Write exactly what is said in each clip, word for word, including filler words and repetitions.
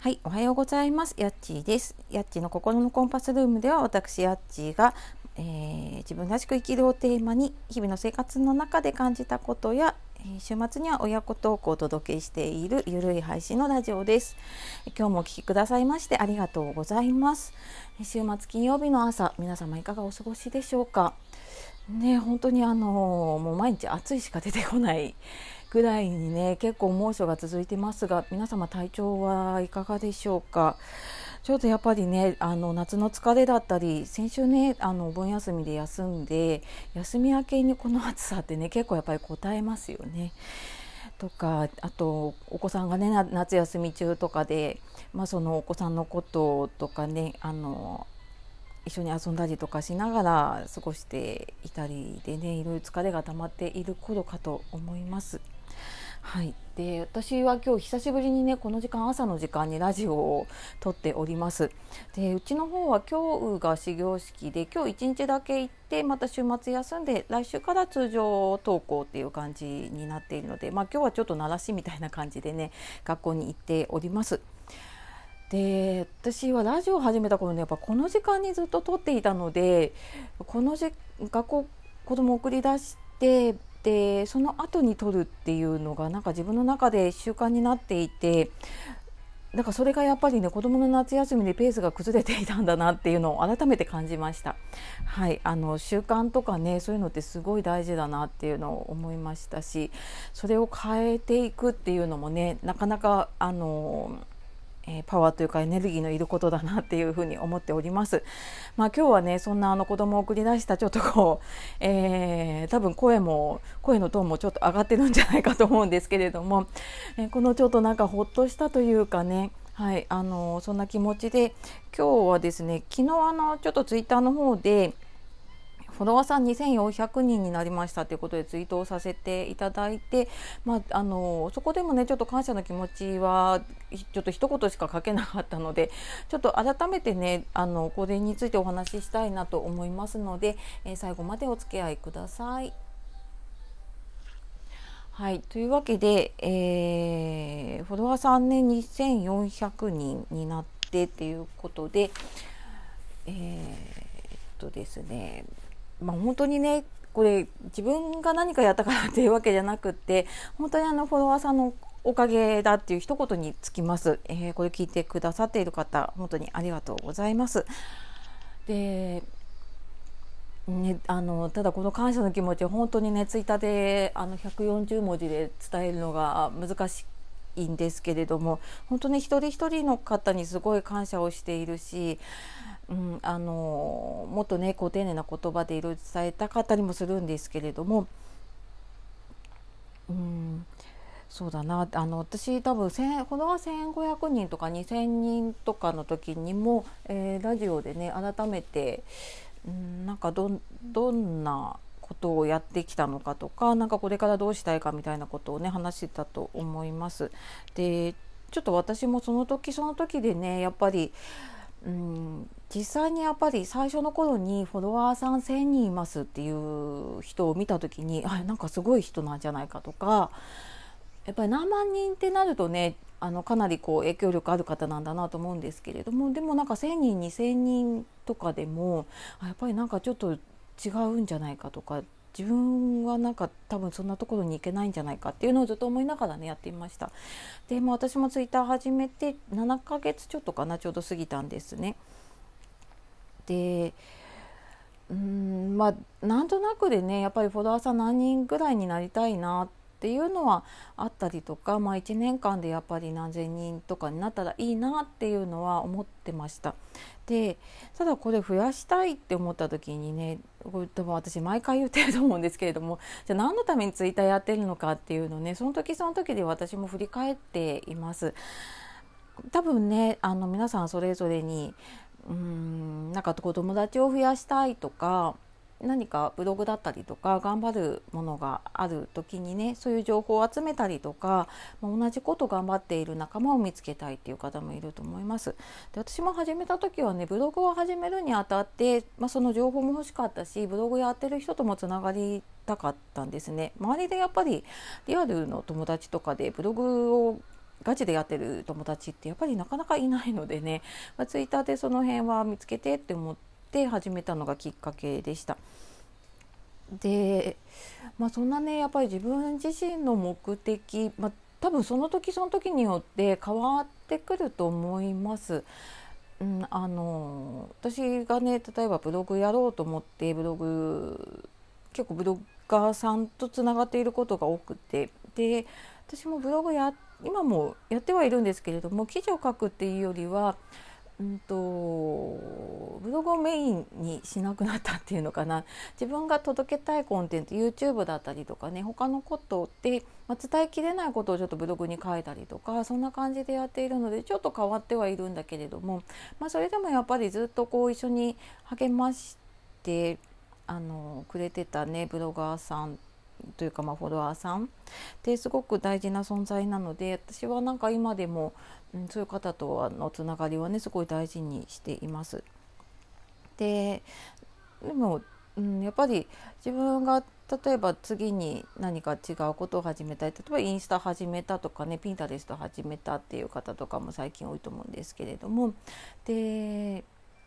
はい、おはようございます。やっちーです。やっちーの心のコンパスルームでは、私やっちーが、えー自分らしく生きるをテーマに、日々の生活の中で感じたことや、えー週末には親子トークをお届けしているゆるい配信のラジオです。今日もお聞きくださいましてありがとうございます。週末金曜日の朝、皆様いかがお過ごしでしょうか。ね、本当にあのもう毎日暑いしか出てこないぐらいにね、結構猛暑が続いてますが、皆様体調はいかがでしょうか。ちょっとやっぱりね、あの夏の疲れだったり、先週ね、あのお盆休みで休んで、休み明けにこの暑さってね、結構やっぱり応えますよね。とか、あとお子さんがね、夏休み中とかで、まあ、そのお子さんのこととかね、あの一緒に遊んだりとかしながら過ごしていたりでね、いろいろ疲れが溜まっている頃かと思います。はい、で私は今日久しぶりにね、この時間、朝の時間にラジオを撮っております。でうちの方は今日が始業式で、今日いちにちだけ行って、また週末休んで、来週から通常登校っていう感じになっているので、まあ、今日はちょっと慣らしみたいな感じでね、学校に行っております。で私はラジオを始めた頃ね、やっぱこの時間にずっと撮っていたので、このじ学校子供を送り出して、でその後に撮るっていうのがなんか自分の中で習慣になっていて、だからそれがやっぱりね、子供の夏休みでペースが崩れていたんだなっていうのを改めて感じました。はい、あの習慣とかね、そういうのってすごい大事だなっていうのを思いましたし、それを変えていくっていうのもね、なかなかあのえーパワーというかエネルギーのいることだなっていうふうに思っております。まあ、今日はね、そんなあの子供を送り出したちょっとこう、えー多分声も声のトーンもちょっと上がってるんじゃないかと思うんですけれども、えーこのちょっとなんかほっとしたというかね、はい、あのそんな気持ちで、今日はですね、昨日あのちょっとツイッターの方でフォロワーさんにせんよんひゃくにんになりましたということでツイートをさせていただいて、まあ、あのそこでもね、ちょっと感謝の気持ちはちょっと一言しか書けなかったので、ちょっと改めてね、あのこれについてお話ししたいなと思いますので、えー最後までお付き合いください。はい、というわけで、えーフォロワーさんね、にせんよんひゃくにんになってっていうことで、えーっとですね、まあ、本当にね、これ自分が何かやったからっていうわけじゃなくって、本当にあのフォロワーさんのおかげだっていう一言につきます。えーこれ聞いてくださっている方、本当にありがとうございます。でね、あのただこの感謝の気持ちを本当にね、ツイッターであのひゃくよんじゅうもじで伝えるのが難しいんですけれども、本当に一人一人の方にすごい感謝をしているし、うん、あのもっとね、こう丁寧な言葉でいろいろ伝えたかったりもするんですけれども、うん、そうだな、あの私多分フォロワーせんごひゃくにんとかにせんにんとかの時にも、えーラジオでね、改めて、うん、なんかどんどんなことをやってきたのかとか、なんかこれからどうしたいかみたいなことをね、話してたと思います。でちょっと私もその時その時でね、やっぱり、うん、実際にやっぱり最初の頃にフォロワーさんせんにんいますっていう人を見た時に、あ、なんかすごい人なんじゃないかとか、やっぱり何万人ってなるとね、あのかなりこう影響力ある方なんだなと思うんですけれども、でもなんかせんにんにせんにんとかでも、あ、やっぱりなんかちょっと違うんじゃないかとか、自分はなんか多分そんなところに行けないんじゃないかっていうのをずっと思いながらね、やっていました。でも私もツイッター始めてななかげつちょっとかな、ちょうど過ぎたんですね。でうーんまあなんとなくでね、やっぱりフォロワーさん何人ぐらいになりたいなっていうのはあったりとか、まあ、いちねんかんでやっぱり何千人とかになったらいいなっていうのは思ってました。でただこれ増やしたいって思った時にね、これ多分私毎回言ってると思うんですけれども、じゃあ何のためにツイッターやってるのかっていうのをね、その時その時で私も振り返っています。多分ね、あの皆さんそれぞれに、うーんなんかお友達を増やしたいとか、何かブログだったりとか頑張るものがある時にね、そういう情報を集めたりとか、まあ同じこと頑張っている仲間を見つけたいっていう方もいると思います。で私も始めた時はね、ブログを始めるにあたって、まあ、その情報も欲しかったし、ブログやってる人ともつながりたかったんですね。周りでやっぱりリアルの友達とかでブログをガチでやってる友達ってやっぱりなかなかいないのでね、まあ、ツイッターでその辺は見つけてって思って始めたのがきっかけでした。で、まあ、そんなねやっぱり自分自身の目的、まあ、多分その時その時によって変わってくると思います。うん、あの私がね例えばブログやろうと思ってブログ結構ブロガーさんとつながっていることが多くて、で私もブログや今もやってはいるんですけれども、記事を書くっていうよりは、うんとブログをメインにしなくなったっていうのかな。自分が届けたいコンテンツ YouTube だったりとかね、他のことで、まあ、伝えきれないことをちょっとブログに書いたりとか、そんな感じでやっているのでちょっと変わってはいるんだけれども、まあ、それでもやっぱりずっとこう一緒に励ましてあのくれてたねブロガーさんというか、まあフォロワーさんってすごく大事な存在なので、私はなんか今でも、うん、そういう方とのつながりはねすごい大事にしています。ででも、うん、やっぱり自分が例えば次に何か違うことを始めたい、例えばインスタ始めたとかね、ピンタレスト始めたっていう方とかも最近多いと思うんですけれども、で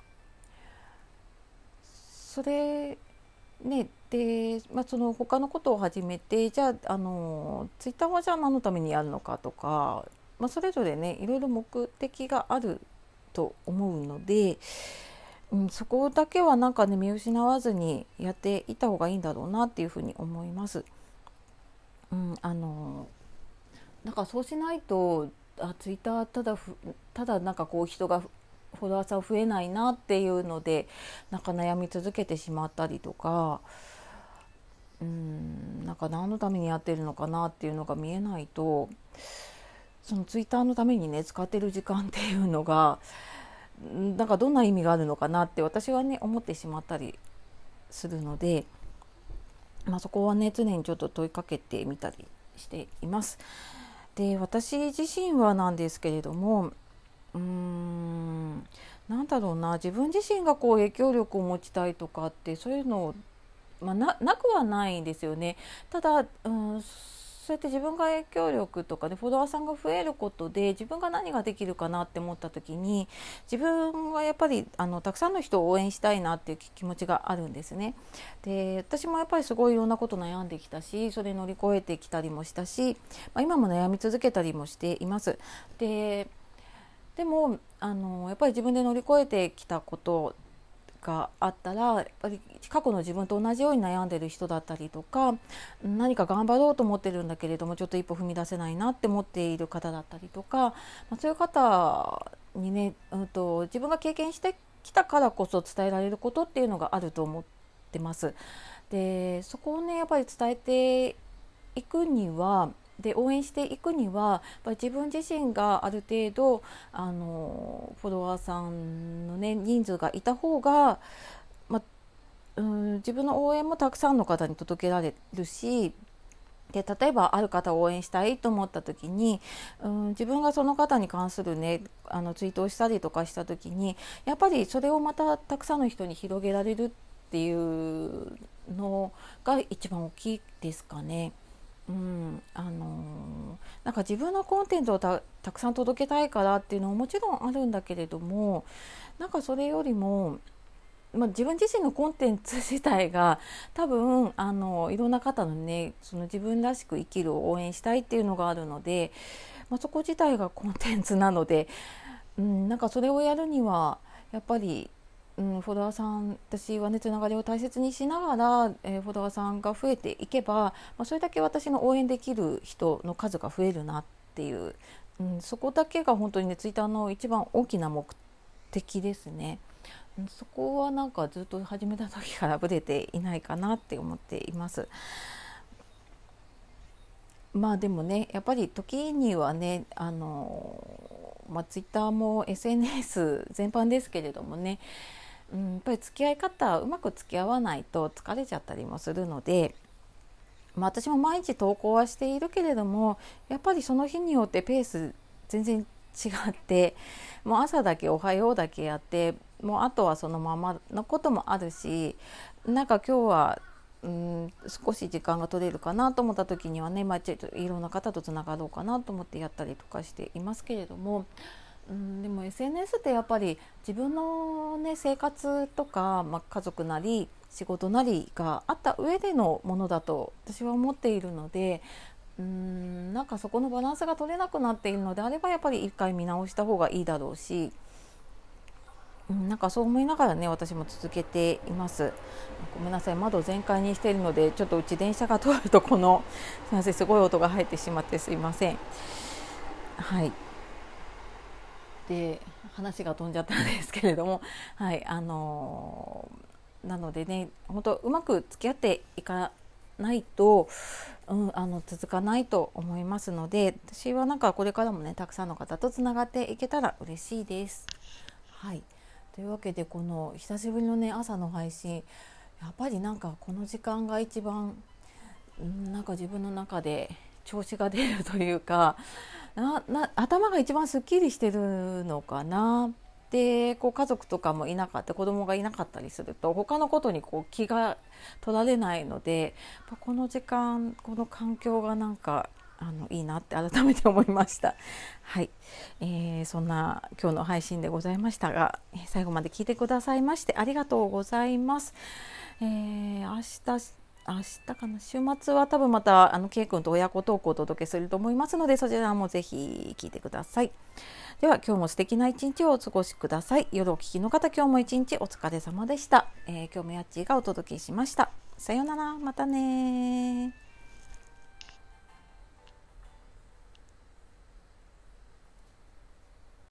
それね、で、まあ、その他のことを始めて、じゃあ、あのツイッターはじゃあ何のためにやるのかとか、まあ、それぞれねいろいろ目的があると思うので、うん、そこだけはなんかね見失わずにやっていった方がいいんだろうなっていうふうに思います。うん、あのなんかそうしないと、あツイッターただふただなんかこう人がフォロワーさん増えないなっていうのでなんか悩み続けてしまったりとか、うーんなんか何のためにやってるのかなっていうのが見えないと、そのツイッターのためにね使ってる時間っていうのがなんかどんな意味があるのかなって私はね思ってしまったりするので、まあ、そこはね常にちょっと問いかけてみたりしています。で私自身はなんですけれども、うーんなんだろうな、自分自身がこう影響力を持ちたいとかってそういうの、まあ、な, なくはないんですよね。ただ、うん、そうやって自分が影響力とかでフォロワーさんが増えることで自分が何ができるかなって思った時に、自分はやっぱりあのたくさんの人を応援したいなっていう気持ちがあるんですね。で私もやっぱりすごいいろんなこと悩んできたし、それ乗り越えてきたりもしたし、まあ、今も悩み続けたりもしています。ででもあのやっぱり自分で乗り越えてきたことがあったら、やっぱり過去の自分と同じように悩んでる人だったりとか、何か頑張ろうと思ってるんだけれどもちょっと一歩踏み出せないなって思っている方だったりとか、まあ、そういう方にね、うんと、自分が経験してきたからこそ伝えられることっていうのがあると思ってます。でそこをねやっぱり伝えていくにはで応援していくには、やっぱり自分自身がある程度あのフォロワーさんの、ね、人数がいた方が、ま、うん自分の応援もたくさんの方に届けられるし、で例えばある方を応援したいと思った時に、うん、自分がその方に関するねあのツイートをしたりとかした時に、やっぱりそれをまたたくさんの人に広げられるっていうのが一番大きいですかね。うん、あのー、なんか自分のコンテンツを た, たくさん届けたいからっていうのももちろんあるんだけれども、なんかそれよりも、まあ、自分自身のコンテンツ自体が多分あのいろんな方のねその自分らしく生きるを応援したいっていうのがあるので、まあ、そこ自体がコンテンツなので、うん、なんかそれをやるにはやっぱりうん、フォロワーさん私はねつながりを大切にしながら、えー、フォロワーさんが増えていけば、まあ、それだけ私の応援できる人の数が増えるなっていう、うん、そこだけが本当にねツイッターの一番大きな目的ですね。うん、そこはなんかずっと始めた時からぶれていないかなって思っています。まあでもねやっぱり時にはねあの、まあ、ツイッターも エスエヌエス 全般ですけれどもね、うん、やっぱり付き合い方うまく付き合わないと疲れちゃったりもするので、まあ、私も毎日投稿はしているけれどもやっぱりその日によってペース全然違って、もう朝だけおはようだけやってもうあとはそのままのこともあるし、なんか今日はうん少し時間が取れるかなと思った時にはね、まあ、ちょっといろんな方とつながろうかなと思ってやったりとかしていますけれども、うん、でも エスエヌエス ってやっぱり自分の、ね、生活とか、まあ、家族なり仕事なりがあった上でのものだと私は思っているので、うーんなんかそこのバランスが取れなくなっているのであればやっぱり一回見直した方がいいだろうし、うん、なんかそう思いながらね私も続けています。ごめんなさい、窓全開にしているのでちょっとうち電車が通るとこのすいませんすごい音が入ってしまってすいません。はいで話が飛んじゃったんですけれども、はいあのー、なのでね本当うまく付き合っていかないと、うん、あの続かないと思いますので、私はなんかこれからもねたくさんの方とつながっていけたら嬉しいです。はいというわけでこの久しぶりのね朝の配信、やっぱりなんかこの時間が一番、うん、なんか自分の中で調子が出るというかなな頭が一番すっきりしてるのかな。でこう家族とかもいなかった子供がいなかったりすると他のことにこう気が取られないので、この時間この環境がなんかあのいいなって改めて思いました。はい、えー、そんな今日の配信でございましたが、最後まで聞いてくださいましてありがとうございます。えー、明日明日かな週末は多分またあの K 君と親子トークをお届けすると思いますので、そちらもぜひ聞いてください。では今日も素敵な一日をお過ごしください。夜お聞きの方今日も一日お疲れ様でした。えー、今日もやっちーがお届けしました。さようなら、またね。